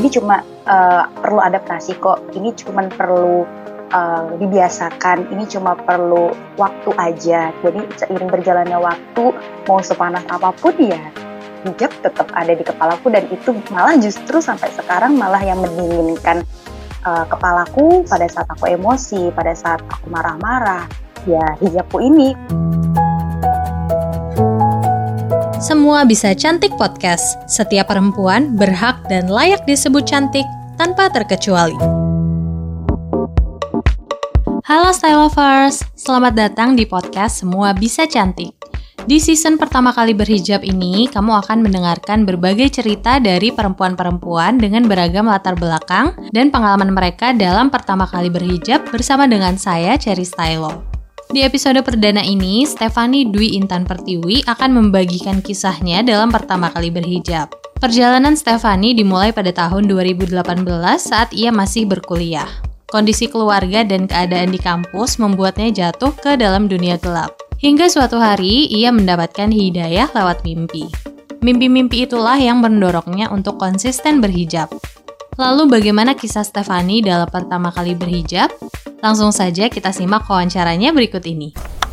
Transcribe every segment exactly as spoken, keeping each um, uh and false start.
ini cuma uh, perlu adaptasi kok, ini cuma perlu uh, dibiasakan, ini cuma perlu waktu aja. Jadi seiring berjalannya waktu, mau sepanas apapun ya hijab tetap ada di kepalaku, dan itu malah justru sampai sekarang malah yang mendinginkan uh, kepalaku pada saat aku emosi, pada saat aku marah-marah, ya hijabku ini. Semua Bisa Cantik Podcast. Setiap perempuan berhak dan layak disebut cantik tanpa terkecuali. Halo Style Lovers, selamat datang di podcast Semua Bisa Cantik. Di season pertama kali berhijab ini, kamu akan mendengarkan berbagai cerita dari perempuan-perempuan dengan beragam latar belakang dan pengalaman mereka dalam pertama kali berhijab bersama dengan saya, Cherry Stylo. Di episode perdana ini, Stephanie Dwi Intan Pertiwi akan membagikan kisahnya dalam pertama kali berhijab. Perjalanan Stephanie dimulai pada tahun dua ribu delapan belas saat ia masih berkuliah. Kondisi keluarga dan keadaan di kampus membuatnya jatuh ke dalam dunia gelap. Hingga suatu hari, ia mendapatkan hidayah lewat mimpi. Mimpi-mimpi itulah yang mendorongnya untuk konsisten berhijab. Lalu bagaimana kisah Stephanie dalam pertama kali berhijab? Langsung saja kita simak wawancaranya berikut ini.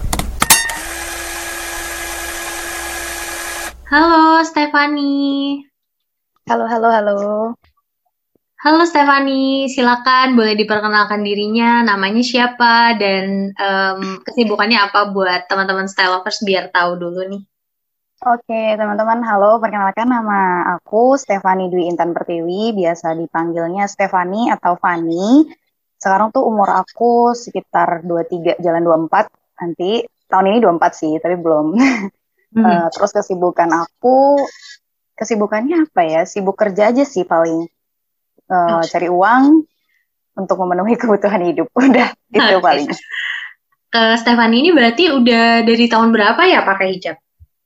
Halo Stephanie. Halo, halo, halo. Halo Stephanie, silakan boleh diperkenalkan dirinya, namanya siapa, dan um, kesibukannya apa buat teman-teman Style Lovers biar tahu dulu nih. Oke, teman-teman, halo. Perkenalkan, nama aku Stephanie Dwi Intan Pertiwi, biasa dipanggilnya Stephanie atau Fanny. Sekarang tuh umur aku sekitar dua puluh tiga, jalan dua puluh empat. Nanti tahun ini dua puluh empat sih, tapi belum. Hmm. uh, terus kesibukan aku, kesibukannya apa ya? Sibuk kerja aja sih paling. Uh, cari uang untuk memenuhi kebutuhan hidup. Udah, itu okay. Paling. Ke Stephanie ini berarti udah dari tahun berapa ya pakai hijab?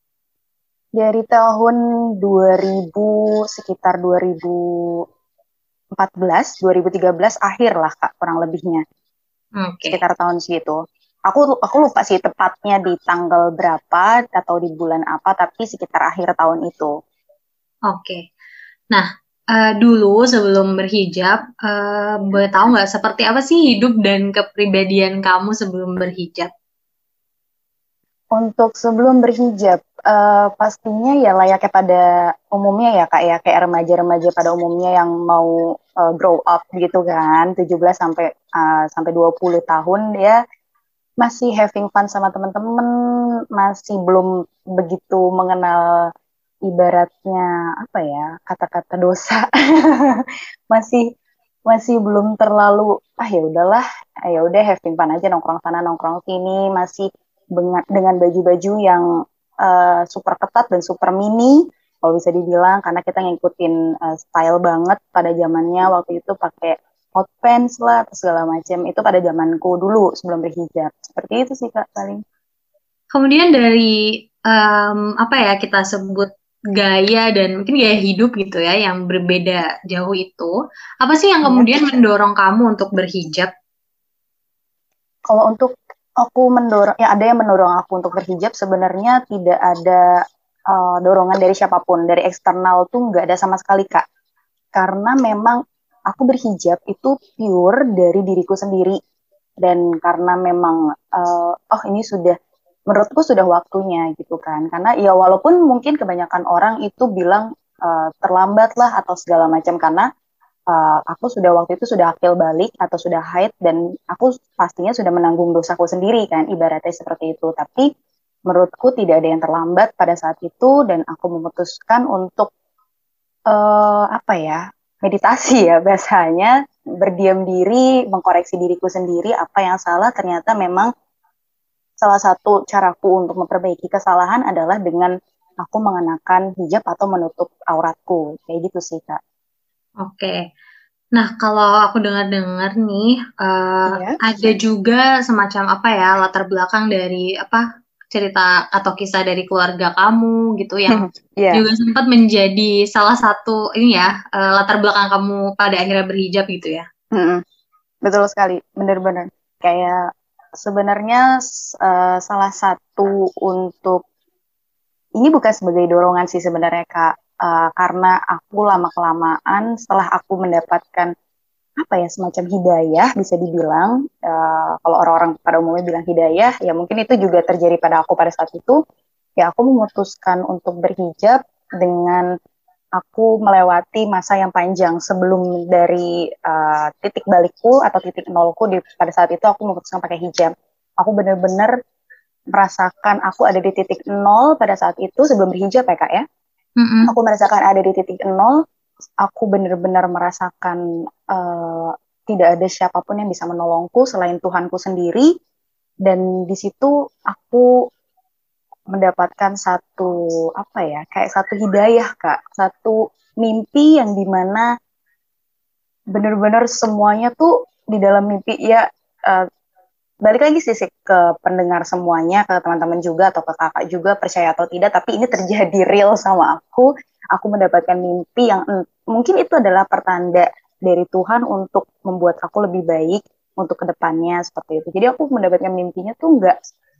Dari tahun dua ribu, sekitar dua ribu empat belas, dua ribu tiga belas akhir lah Kak, kurang lebihnya. Okay. Sekitar tahun segitu. Aku aku lupa sih tepatnya di tanggal berapa atau di bulan apa, tapi sekitar akhir tahun itu. Oke. Okay. Nah, uh, dulu sebelum berhijab, uh, boleh tahu nggak seperti apa sih hidup dan kepribadian kamu sebelum berhijab? Untuk sebelum berhijab, uh, pastinya ya layaknya pada umumnya ya Kak ya, kayak remaja-remaja pada umumnya yang mau uh, grow up gitu kan, tujuh belas sampai uh, sampai dua puluh tahun dia masih having fun sama teman-teman, masih belum begitu mengenal ibaratnya apa ya, kata-kata dosa. masih masih belum terlalu ah ya udahlah, ya udah having fun aja, nongkrong sana nongkrong sini, masih dengan baju-baju yang uh, super ketat dan super mini, kalau bisa dibilang, karena kita ngikutin uh, style banget pada zamannya waktu itu, pakai hot pants lah, segala macam. Itu pada zamanku dulu sebelum berhijab. Seperti itu sih Kak paling. Kemudian dari um, apa ya kita sebut gaya dan mungkin gaya hidup gitu ya yang berbeda jauh itu, apa sih yang kemudian ya. mendorong kamu untuk berhijab? Kalau untuk aku mendorong, ya ada yang mendorong aku untuk berhijab, sebenarnya tidak ada uh, dorongan dari siapapun, dari eksternal tuh nggak ada sama sekali Kak. Karena memang aku berhijab itu pure dari diriku sendiri, dan karena memang uh, oh ini sudah, menurutku sudah waktunya gitu kan. Karena ya walaupun mungkin kebanyakan orang itu bilang uh, terlambat lah atau segala macam, karena Uh, aku sudah waktu itu sudah akil balik atau sudah haid, dan aku pastinya sudah menanggung dosaku sendiri kan, ibaratnya seperti itu. Tapi menurutku tidak ada yang terlambat pada saat itu, dan aku memutuskan untuk uh, apa ya, meditasi ya bahasanya, berdiam diri, mengkoreksi diriku sendiri apa yang salah. Ternyata memang salah satu caraku untuk memperbaiki kesalahan adalah dengan aku mengenakan hijab atau menutup auratku, kayak gitu sih Kak. Oke, nah kalau aku dengar-dengar nih, uh, yeah. ada juga semacam apa ya, latar belakang dari apa cerita atau kisah dari keluarga kamu gitu yang yeah. juga sempat menjadi salah satu ini ya, uh, latar belakang kamu pada akhirnya berhijab gitu ya. Mm-hmm. Betul sekali, benar-benar. Kayak sebenarnya uh, salah satu untuk, ini bukan sebagai dorongan sih sebenarnya Kak, uh, karena aku lama-kelamaan setelah aku mendapatkan apa ya semacam hidayah bisa dibilang, uh, kalau orang-orang pada umumnya bilang hidayah, ya mungkin itu juga terjadi pada aku pada saat itu. Ya aku memutuskan untuk berhijab dengan aku melewati masa yang panjang sebelum dari uh, titik balikku atau titik nolku di, pada saat itu aku memutuskan pakai hijab. Aku benar-benar merasakan aku ada di titik nol pada saat itu sebelum berhijab ya kak ya. Mm-mm. Aku merasakan ada di titik nol. Aku benar-benar merasakan uh, tidak ada siapapun yang bisa menolongku selain Tuhanku sendiri. Dan di situ aku mendapatkan satu apa ya kayak satu hidayah kak, satu mimpi yang dimana benar-benar semuanya tuh di dalam mimpi ya. Uh, balik lagi sih ke pendengar semuanya, ke teman-teman juga atau ke kakak juga, percaya atau tidak, tapi ini terjadi real sama aku. Aku mendapatkan mimpi yang mm, mungkin itu adalah pertanda dari Tuhan untuk membuat aku lebih baik untuk kedepannya seperti itu. Jadi aku mendapatkan mimpinya tuh nggak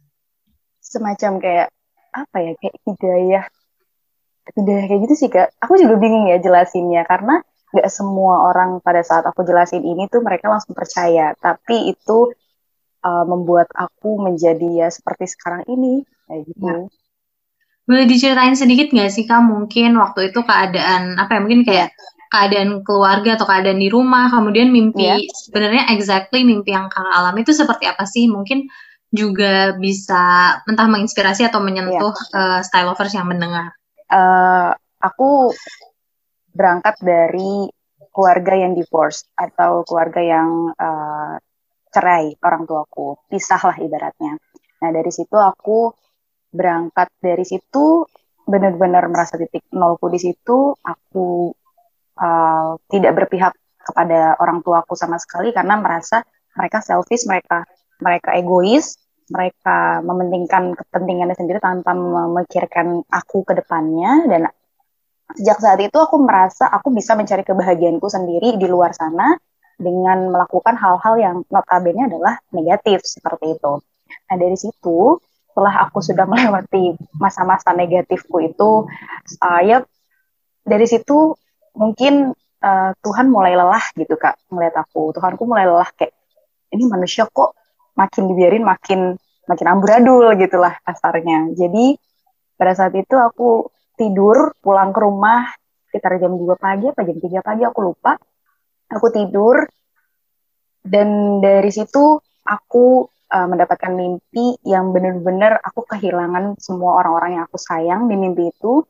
semacam kayak apa ya kayak hidayah, hidayah kayak gitu sih kak. Aku juga bingung ya jelasinnya karena nggak semua orang pada saat aku jelasin ini tuh mereka langsung percaya, tapi itu uh, membuat aku menjadi ya seperti sekarang ini kayak gitu. Ya. Boleh diceritain sedikit nggak sih Kak mungkin waktu itu keadaan apa ya mungkin kayak yeah. keadaan keluarga atau keadaan di rumah, kemudian mimpi yeah. sebenarnya exactly mimpi yang Kakak alami itu seperti apa sih? Mungkin juga bisa entah menginspirasi atau menyentuh yeah. uh, style lovers yang mendengar. Uh, aku berangkat dari keluarga yang divorce atau keluarga yang uh, cerai, orang tuaku pisah lah ibaratnya. Nah dari situ aku berangkat dari situ benar-benar merasa titik nolku di situ. Aku uh, tidak berpihak kepada orang tuaku sama sekali karena merasa mereka selfish, mereka mereka egois, mereka mementingkan kepentingannya sendiri tanpa memikirkan aku ke depannya. Dan sejak saat itu aku merasa aku bisa mencari kebahagiaanku sendiri di luar sana dengan melakukan hal-hal yang notabene adalah negatif seperti itu. Nah dari situ setelah aku sudah melewati masa-masa negatifku itu, saya dari situ mungkin uh, Tuhan mulai lelah gitu kak melihat aku. Tuhanku mulai lelah kayak ini manusia kok makin dibiarin makin makin amburadul gitulah kasarnya. Jadi pada saat itu aku tidur pulang ke rumah sekitar jam dua pagi apa jam tiga pagi aku lupa. Aku tidur dan dari situ aku uh, mendapatkan mimpi yang benar-benar aku kehilangan semua orang-orang yang aku sayang di mimpi itu.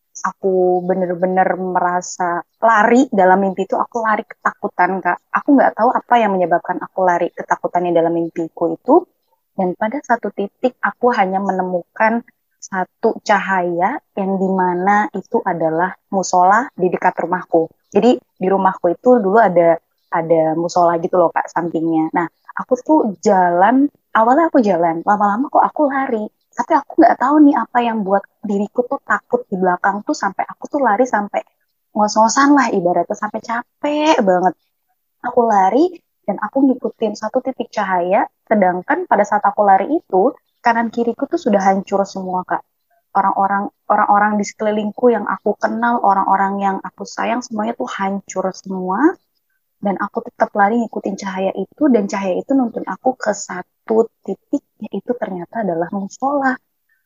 Aku benar-benar merasa lari dalam mimpi itu, aku lari ketakutan kak. Aku nggak tahu apa yang menyebabkan aku lari ketakutannya dalam mimpiku itu. Dan pada satu titik aku hanya menemukan satu cahaya yang dimana itu adalah musola di dekat rumahku. Jadi di rumahku itu dulu ada ada musola gitu loh kak sampingnya. Nah aku tuh jalan, awalnya aku jalan, lama-lama kok aku lari. Tapi aku nggak tahu nih apa yang buat diriku tuh takut di belakang tuh sampai aku tuh lari sampai ngos-ngosan lah ibaratnya, sampai capek banget. Aku lari dan aku ngikutin satu titik cahaya, sedangkan pada saat aku lari itu kanan kiriku tuh sudah hancur semua kak. Orang-orang orang-orang di sekelilingku yang aku kenal, orang-orang yang aku sayang semuanya tuh hancur semua. Dan aku tetap lari ngikutin cahaya itu, dan cahaya itu nuntun aku ke satu titik, yaitu ternyata adalah musola.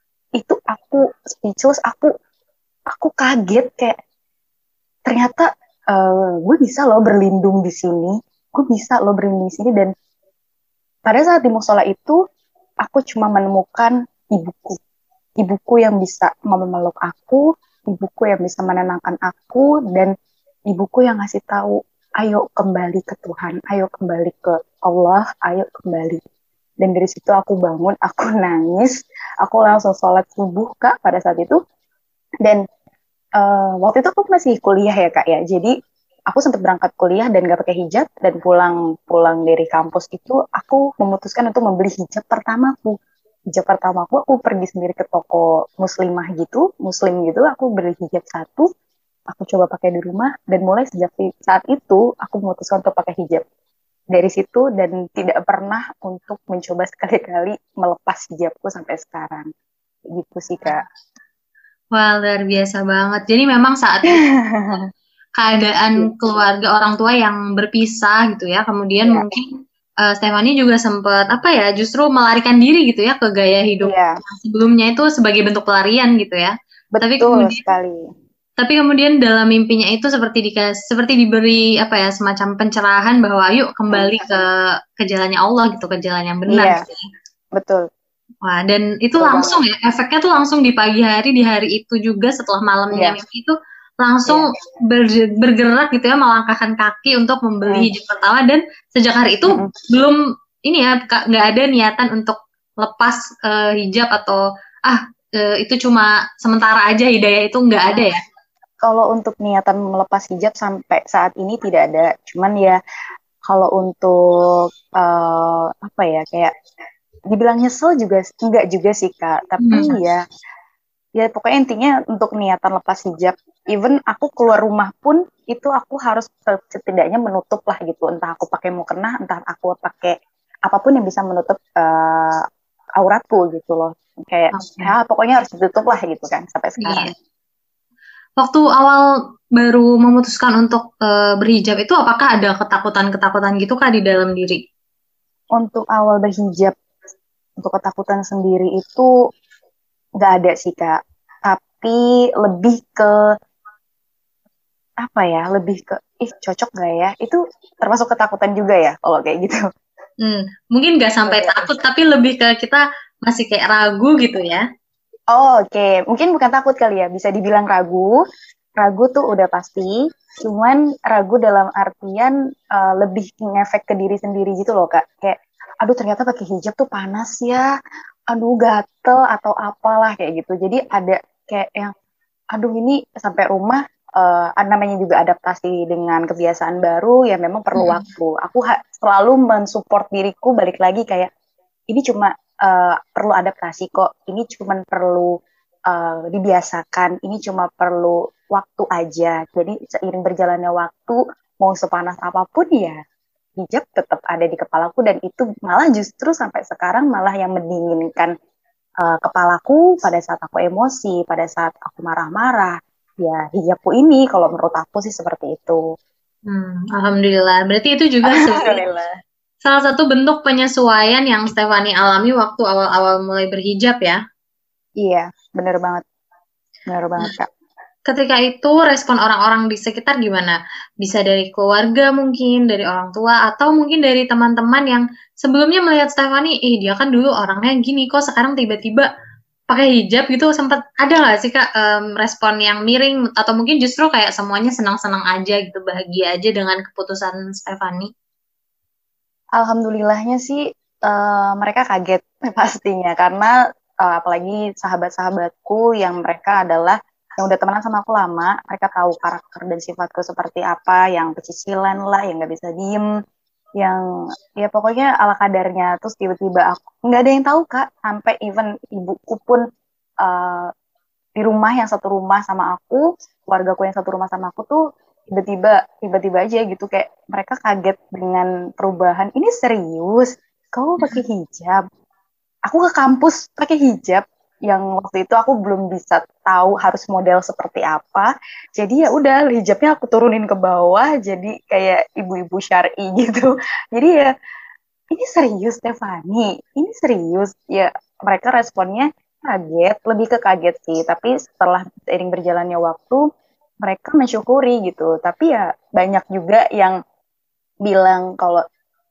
Itu aku speechless, aku aku kaget kayak ternyata uh, gue bisa loh berlindung di sini, gue bisa loh berlindung di sini. Dan pada saat di musola itu, aku cuma menemukan ibuku, ibuku yang bisa memeluk aku, ibuku yang bisa menenangkan aku, dan ibuku yang ngasih tahu, ayo kembali ke Tuhan, ayo kembali ke Allah, ayo kembali. Dan dari situ aku bangun, aku nangis, aku langsung sholat subuh kak pada saat itu. Dan uh, waktu itu aku masih kuliah ya kak ya, jadi aku sempat berangkat kuliah dan gak pakai hijab, dan pulang-pulang dari kampus itu aku memutuskan untuk membeli hijab pertamaku. Hijab pertamaku aku pergi sendiri ke toko muslimah gitu, muslim gitu, aku beli hijab satu, aku coba pakai di rumah, dan mulai sejak saat itu aku memutuskan untuk pakai hijab. Dari situ dan tidak pernah untuk mencoba sekali-kali melepas hijabku sampai sekarang. Gitu sih kak. Wah, luar biasa banget. Jadi memang saat itu keadaan keluarga orang tua yang berpisah gitu ya. Kemudian Iya, mungkin eh, Stefani juga sempat apa ya, justru melarikan diri gitu ya ke gaya hidup iya, yang sebelumnya itu sebagai bentuk pelarian gitu ya. Tapi betul kemudian sekali. tapi kemudian dalam mimpinya itu seperti dikas seperti diberi apa ya, semacam pencerahan bahwa yuk kembali ke ke jalannya Allah gitu, ke jalan yang benar Iya, gitu ya. betul, Wah, dan itu betul langsung banget. ya, efeknya tuh langsung di pagi hari, di hari itu juga setelah malamnya Iya, mimpi itu langsung iya. ber- bergerak gitu ya, melangkahkan kaki untuk membeli Mm, hijab pertama dan sejak hari itu mm-mm. belum ini ya, Kak, nggak ada niatan untuk lepas eh, hijab atau ah eh, itu cuma sementara aja hidayah itu nggak ada ya. Kalau untuk niatan melepas hijab sampai saat ini tidak ada. Cuman ya kalau untuk eh, apa ya kayak dibilang nyesel juga enggak juga sih Kak. Tapi Hmm. ya ya pokoknya intinya untuk niatan lepas hijab. Even aku keluar rumah pun itu aku harus setidaknya menutup lah gitu. Entah aku pakai mukena, entah aku pakai apapun yang bisa menutup eh, auratku gitu loh. Kayak Oke. ya pokoknya harus ditutup lah gitu kan sampai sekarang. Iya. Waktu awal baru memutuskan untuk eh, berhijab itu apakah ada ketakutan-ketakutan gitu Kak di dalam diri? Untuk awal berhijab, untuk ketakutan sendiri itu nggak ada sih Kak. Tapi lebih ke apa ya? Lebih ke ih cocok nggak ya? Itu termasuk ketakutan juga ya kalau kayak gitu. Hmm, mungkin nggak sampai takut, tapi lebih ke kita masih kayak ragu gitu ya. Oh, oke. Okay. Mungkin bukan takut kali ya. Bisa dibilang ragu. Ragu tuh udah pasti. Cuman ragu dalam artian uh, lebih ngefek ke diri sendiri gitu loh Kak. Kayak, aduh ternyata pakai hijab tuh panas ya. Aduh gatel atau apalah kayak gitu. Jadi ada kayak yang aduh ini sampai rumah uh, namanya juga adaptasi dengan kebiasaan baru ya memang perlu Hmm. waktu. Aku ha- selalu mensupport diriku balik lagi kayak ini cuma uh, perlu adaptasi kok. Ini cuma perlu uh, dibiasakan. Ini cuma perlu waktu aja. Jadi seiring berjalannya waktu mau sepanas apapun ya hijab tetap ada di kepalaku dan itu malah justru sampai sekarang malah yang mendinginkan uh, kepalaku pada saat aku emosi, pada saat aku marah-marah. Ya, hijabku ini kalau menurut aku sih seperti itu. Hmm, Alhamdulillah. Berarti itu juga sebenarnya Alhamdulillah. salah satu bentuk penyesuaian yang Stefani alami waktu awal-awal mulai berhijab ya. Iya, bener banget. Bener banget, Kak. Ketika itu respon orang-orang di sekitar gimana? Bisa dari keluarga mungkin, dari orang tua, atau mungkin dari teman-teman yang sebelumnya melihat Stefani, eh dia kan dulu orangnya gini kok sekarang tiba-tiba pakai hijab gitu, sempat ada nggak sih Kak em, respon yang miring atau mungkin justru kayak semuanya senang-senang aja gitu, bahagia aja dengan keputusan Stefani? Alhamdulillahnya sih uh, mereka kaget pastinya karena uh, apalagi sahabat-sahabatku yang mereka adalah yang udah temenan sama aku lama, mereka tahu karakter dan sifatku seperti apa, yang pecicilan lah, yang nggak bisa diem, yang ya pokoknya ala kadarnya. Terus tiba-tiba aku nggak ada yang tahu Kak, sampai even ibuku pun uh, di rumah yang satu rumah sama aku, keluargaku yang satu rumah sama aku tuh tiba-tiba tiba-tiba aja gitu kayak mereka kaget dengan perubahan. Ini serius? Kamu pakai hijab? Aku ke kampus pakai hijab yang waktu itu aku belum bisa tahu harus model seperti apa. Jadi ya udah hijabnya aku turunin ke bawah jadi kayak ibu-ibu syar'i gitu. Jadi ya ini serius Stefani, ini serius. Ya mereka responnya kaget, lebih ke kaget sih. Tapi setelah seiring berjalannya waktu, mereka mensyukuri gitu. Tapi ya banyak juga yang bilang kalau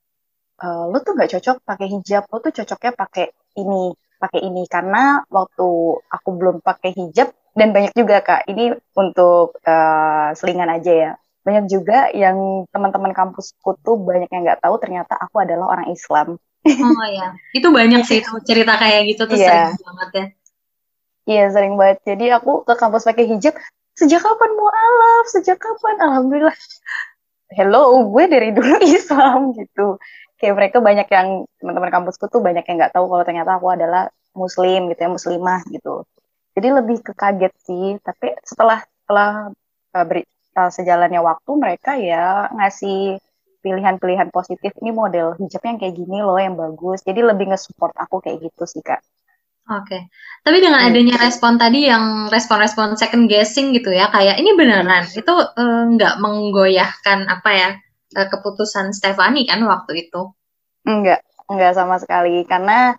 uh, lu tuh nggak cocok pakai hijab, lu tuh cocoknya pakai ini, pakai ini. Karena waktu aku belum pakai hijab dan banyak juga Kak, ini untuk uh, selingan aja ya. Banyak juga yang teman-teman kampusku tuh banyak yang nggak tahu ternyata aku adalah orang Islam. Oh ya, itu banyak sih itu cerita kayak gitu tuh sering Iya, banget ya. iya sering banget. Jadi aku ke kampus pakai hijab. Sejak kapan mualaf? Sejak kapan? Alhamdulillah. Hello, gue dari dulu Islam gitu. Kayak mereka banyak yang teman-teman kampusku tuh banyak yang nggak tahu kalau ternyata aku adalah Muslim gitu ya, Muslimah gitu. Jadi lebih ke kaget sih. Tapi setelah setelah uh, beri, uh, sejalannya waktu mereka ya ngasih pilihan-pilihan positif. Ini model hijabnya yang kayak gini loh yang bagus. Jadi lebih nge-support aku kayak gitu sih Kak. Oke. Tapi dengan Gitu. adanya respon tadi yang respon-respon second guessing gitu ya, kayak ini beneran, itu eh, nggak menggoyahkan apa ya eh, keputusan Stefani kan waktu itu? Enggak, enggak sama sekali karena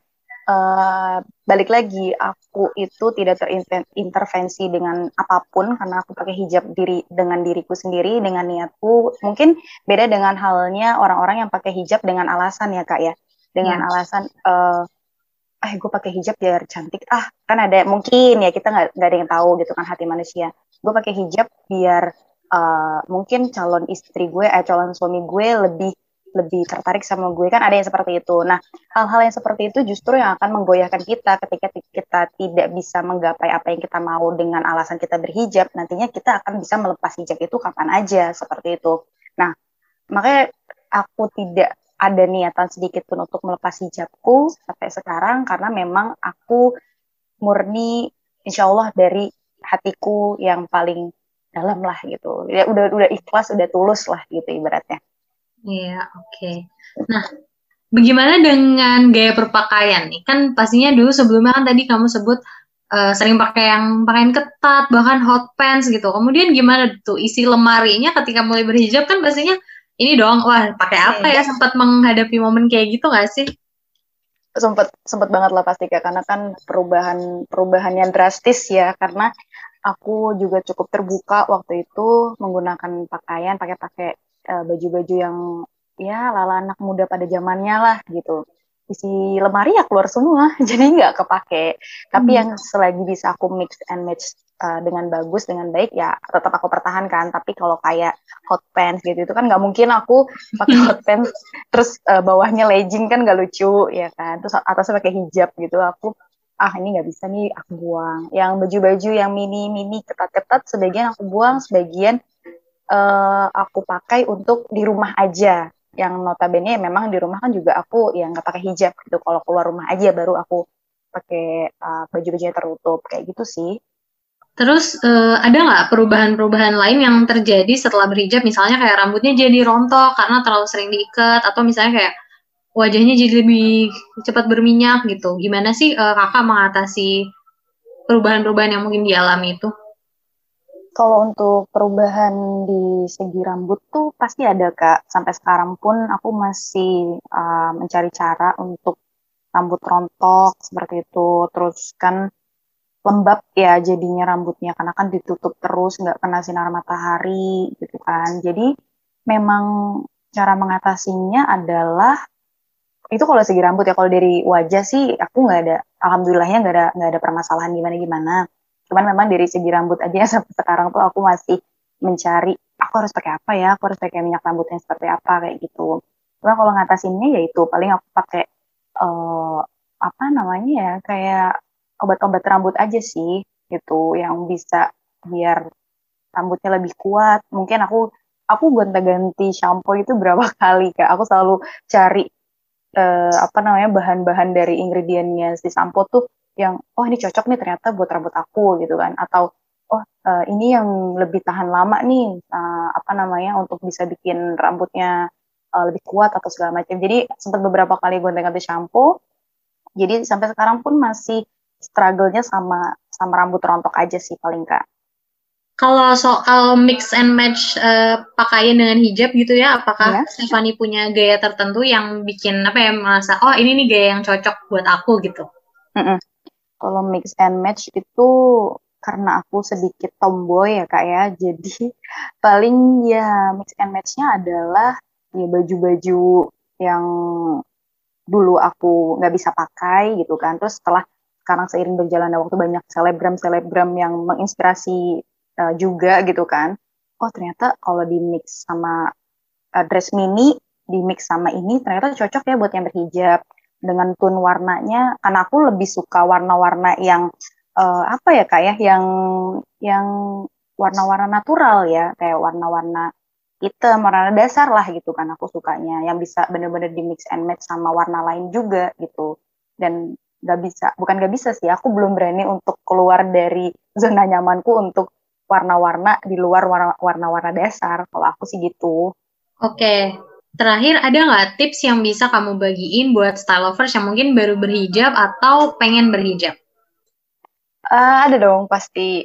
eh, balik lagi aku itu tidak terintervensi dengan apapun karena aku pakai hijab diri dengan diriku sendiri dengan niatku. Mungkin beda dengan halnya orang-orang yang pakai hijab dengan alasan ya Kak ya. Dengan Ya. alasan eh ah gue pakai hijab biar cantik ah kan ada mungkin ya kita nggak nggak ada yang tahu gitu kan hati manusia. Gue pakai hijab biar eh, mungkin calon istri gue eh calon suami gue lebih lebih tertarik sama gue kan ada yang seperti itu. Nah hal-hal yang seperti itu justru yang akan menggoyahkan kita ketika kita tidak bisa menggapai apa yang kita mau dengan alasan kita berhijab, nantinya kita akan bisa melepas hijab itu kapan aja seperti itu. Nah makanya aku tidak ada niatan sedikit pun untuk melepas hijabku sampai sekarang karena memang aku murni insya Allah dari hatiku yang paling dalam lah gitu. Ya udah udah ikhlas, udah tulus lah gitu ibaratnya. Iya, oke. Nah, bagaimana dengan gaya berpakaian nih? Kan pastinya dulu sebelumnya kan tadi kamu sebut eh, sering pakai yang pakaian ketat, bahkan hot pants gitu. Kemudian gimana tuh isi lemarinya ketika mulai berhijab kan pastinya ini dong, wah pakai apa Hmm. ya? Sempat menghadapi momen kayak gitu nggak sih? Sempet sempet banget lah pasti Kak, karena kan perubahan perubahan yang drastis ya karena aku juga cukup terbuka waktu itu menggunakan pakaian pakai-pakai eh, baju-baju yang ya lala anak muda pada zamannya lah gitu. Isi lemari ya keluar semua, jadi nggak kepake. Tapi Hmm. yang selagi bisa aku mix and match uh, dengan bagus, dengan baik, ya tetap aku pertahankan. Tapi kalau kayak hot pants gitu, itu kan nggak mungkin aku pakai hot pants, terus uh, bawahnya legging kan nggak lucu, ya kan. Terus atasnya pakai hijab gitu, aku ah ini nggak bisa nih, aku buang. Yang baju-baju yang mini-mini ketat-ketat, sebagian aku buang, sebagian uh, aku pakai untuk di rumah aja. Yang notabene memang di rumah kan juga aku yang nggak pakai hijab gitu. Kalau keluar rumah aja baru aku pakai uh, baju-baju yang tertutup kayak gitu sih. Terus eh, ada nggak perubahan-perubahan lain yang terjadi setelah berhijab? Misalnya kayak rambutnya jadi rontok karena terlalu sering diikat, atau misalnya kayak wajahnya jadi lebih cepat berminyak gitu. Gimana sih eh, kakak mengatasi perubahan-perubahan yang mungkin dialami itu? Kalau untuk perubahan di segi rambut tuh pasti ada Kak. Sampai sekarang pun aku masih uh, mencari cara untuk rambut rontok seperti itu. Terus kan lembab ya jadinya rambutnya karena kan ditutup terus nggak kena sinar matahari gitu kan. Jadi memang cara mengatasinya adalah itu kalau segi rambut ya. Kalau dari wajah sih aku nggak ada, alhamdulillahnya nggak ada nggak ada permasalahan gimana gimana. Cuman memang dari segi rambut aja sampai sekarang tuh aku masih mencari aku harus pakai apa ya, aku harus pakai minyak rambutnya seperti apa kayak gitu. Cuma kalau ngatasinnya ya itu paling aku pakai eh, apa namanya ya kayak obat-obat rambut aja sih gitu yang bisa biar rambutnya lebih kuat. Mungkin aku aku gonta-ganti shampoo itu berapa kali Kak. Aku selalu cari eh, apa namanya bahan-bahan dari ingredientnya si sampo tuh yang oh ini cocok nih ternyata buat rambut aku gitu kan atau oh eh, ini yang lebih tahan lama nih eh, apa namanya untuk bisa bikin rambutnya eh, lebih kuat atau segala macam. Jadi sempat beberapa kali gonta-ganti shampoo. Jadi sampai sekarang pun masih struggle-nya sama sama rambut rontok aja sih paling Kak. Kalau soal mix and match eh, pakaian dengan hijab gitu ya, apakah Ya. Stefani punya gaya tertentu yang bikin apa ya merasa oh ini nih gaya yang cocok buat aku gitu? Mm-mm. Kalau mix and match itu karena aku sedikit tomboy ya kak ya, jadi paling ya mix and matchnya adalah ya baju-baju yang dulu aku nggak bisa pakai gitu kan. Terus setelah sekarang seiring berjalannya waktu banyak selebgram-selebgram yang menginspirasi uh, juga gitu kan. Oh ternyata kalau di mix sama uh, dress mini, di mix sama ini ternyata cocok ya buat yang berhijab dengan tone warnanya karena aku lebih suka warna-warna yang uh, apa ya kak ya yang yang warna-warna natural ya kayak warna-warna hitam warna dasar lah gitu kan aku sukanya yang bisa bener-bener di mix and match sama warna lain juga gitu dan nggak bisa bukan nggak bisa sih aku belum berani untuk keluar dari zona nyamanku untuk warna-warna di luar warna- warna-warna dasar kalau aku sih gitu. Oke, Terakhir, ada nggak tips yang bisa kamu bagiin buat style lovers yang mungkin baru berhijab atau pengen berhijab? Uh, ada dong pasti.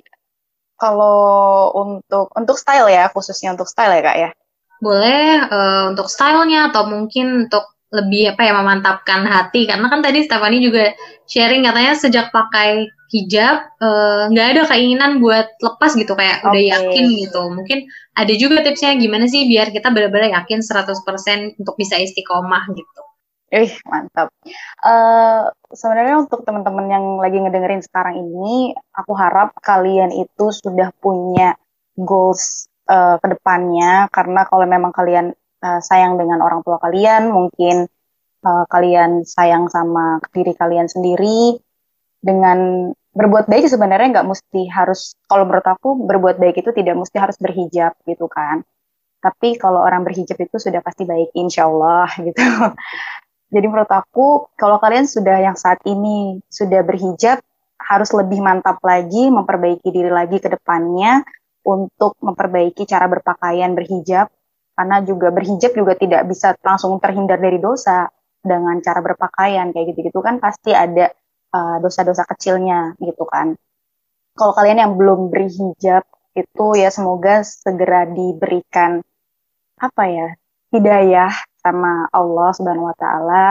Kalau untuk untuk style ya, khususnya untuk style ya Kak ya. Boleh uh, untuk stylenya atau mungkin untuk lebih apa ya memantapkan hati, karena kan tadi Stephanie juga sharing katanya sejak pakai hijab nggak uh, ada keinginan buat lepas gitu, kayak okay. udah yakin gitu. Mungkin ada juga tipsnya gimana sih biar kita benar-benar yakin seratus persen untuk bisa istiqomah gitu. Ih, mantap. Uh, sebenarnya untuk teman-teman yang lagi ngedengerin sekarang ini, aku harap kalian itu sudah punya goals uh, ke depannya, karena kalau memang kalian uh, sayang dengan orang tua kalian, mungkin uh, kalian sayang sama diri kalian sendiri, dengan berbuat baik sebenarnya nggak mesti harus, kalau menurut aku berbuat baik itu tidak mesti harus berhijab gitu kan. Tapi kalau orang berhijab itu sudah pasti baik, insya Allah gitu. Jadi menurut aku, kalau kalian sudah yang saat ini sudah berhijab, harus lebih mantap lagi, memperbaiki diri lagi ke depannya, untuk memperbaiki cara berpakaian berhijab, karena juga berhijab juga tidak bisa langsung terhindar dari dosa, dengan cara berpakaian, kayak gitu-gitu kan pasti ada uh, dosa-dosa kecilnya, gitu kan. Kalau kalian yang belum berhijab, itu ya semoga segera diberikan, apa ya, hidayah, sama Allah Subhanahu Wa Taala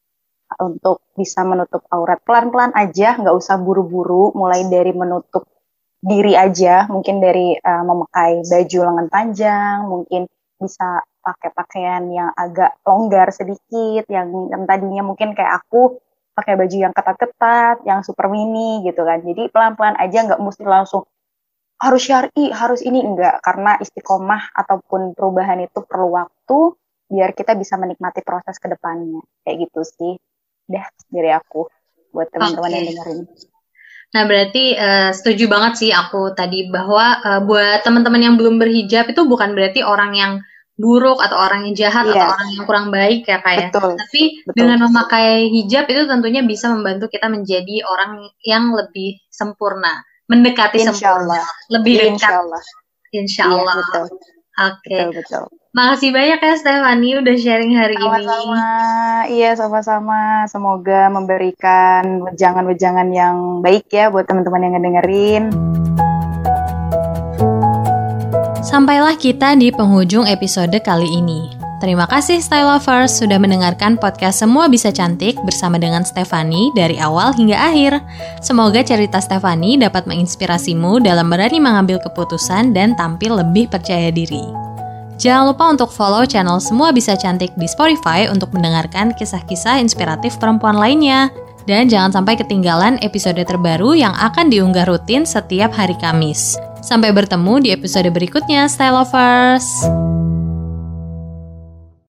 untuk bisa menutup aurat pelan-pelan aja, nggak usah buru-buru, mulai dari menutup diri aja, mungkin dari uh, memakai baju lengan panjang, mungkin bisa pakai pakaian yang agak longgar sedikit, yang, yang tadinya mungkin kayak aku pakai baju yang ketat-ketat, yang super mini gitu kan. Jadi pelan-pelan aja, nggak mesti langsung harus syar'i, harus ini, enggak, karena istiqomah ataupun perubahan itu perlu waktu, biar kita bisa menikmati proses ke depannya. Kayak gitu sih. Dah, dari aku. Buat teman-teman okay. yang dengerin. Nah, berarti uh, setuju banget sih aku tadi bahwa uh, buat teman-teman yang belum berhijab itu bukan berarti orang yang buruk atau orang yang jahat yeah. atau orang yang kurang baik ya Kak ya. Betul. Tapi Betul. dengan memakai hijab itu tentunya bisa membantu kita menjadi orang yang lebih sempurna. Mendekati Insya sempurna. Allah. Lebih dekat. Insya Allah. Insya Allah. Iya, betul. Oke. Okay. Betul, betul. Makasih banyak ya Stephanie udah sharing hari sama-sama. ini. Sama-sama, iya sama-sama. Semoga memberikan wejangan-wejangan yang baik ya buat teman-teman yang ngedengerin. Sampailah kita di penghujung episode kali ini. Terima kasih Style Lovers sudah mendengarkan podcast Semua Bisa Cantik bersama dengan Stephanie dari awal hingga akhir. Semoga cerita Stephanie dapat menginspirasimu dalam berani mengambil keputusan dan tampil lebih percaya diri. Jangan lupa untuk follow channel Semua Bisa Cantik di Spotify untuk mendengarkan kisah-kisah inspiratif perempuan lainnya. Dan jangan sampai ketinggalan episode terbaru yang akan diunggah rutin setiap hari Kamis. Sampai bertemu di episode berikutnya, Style Lovers!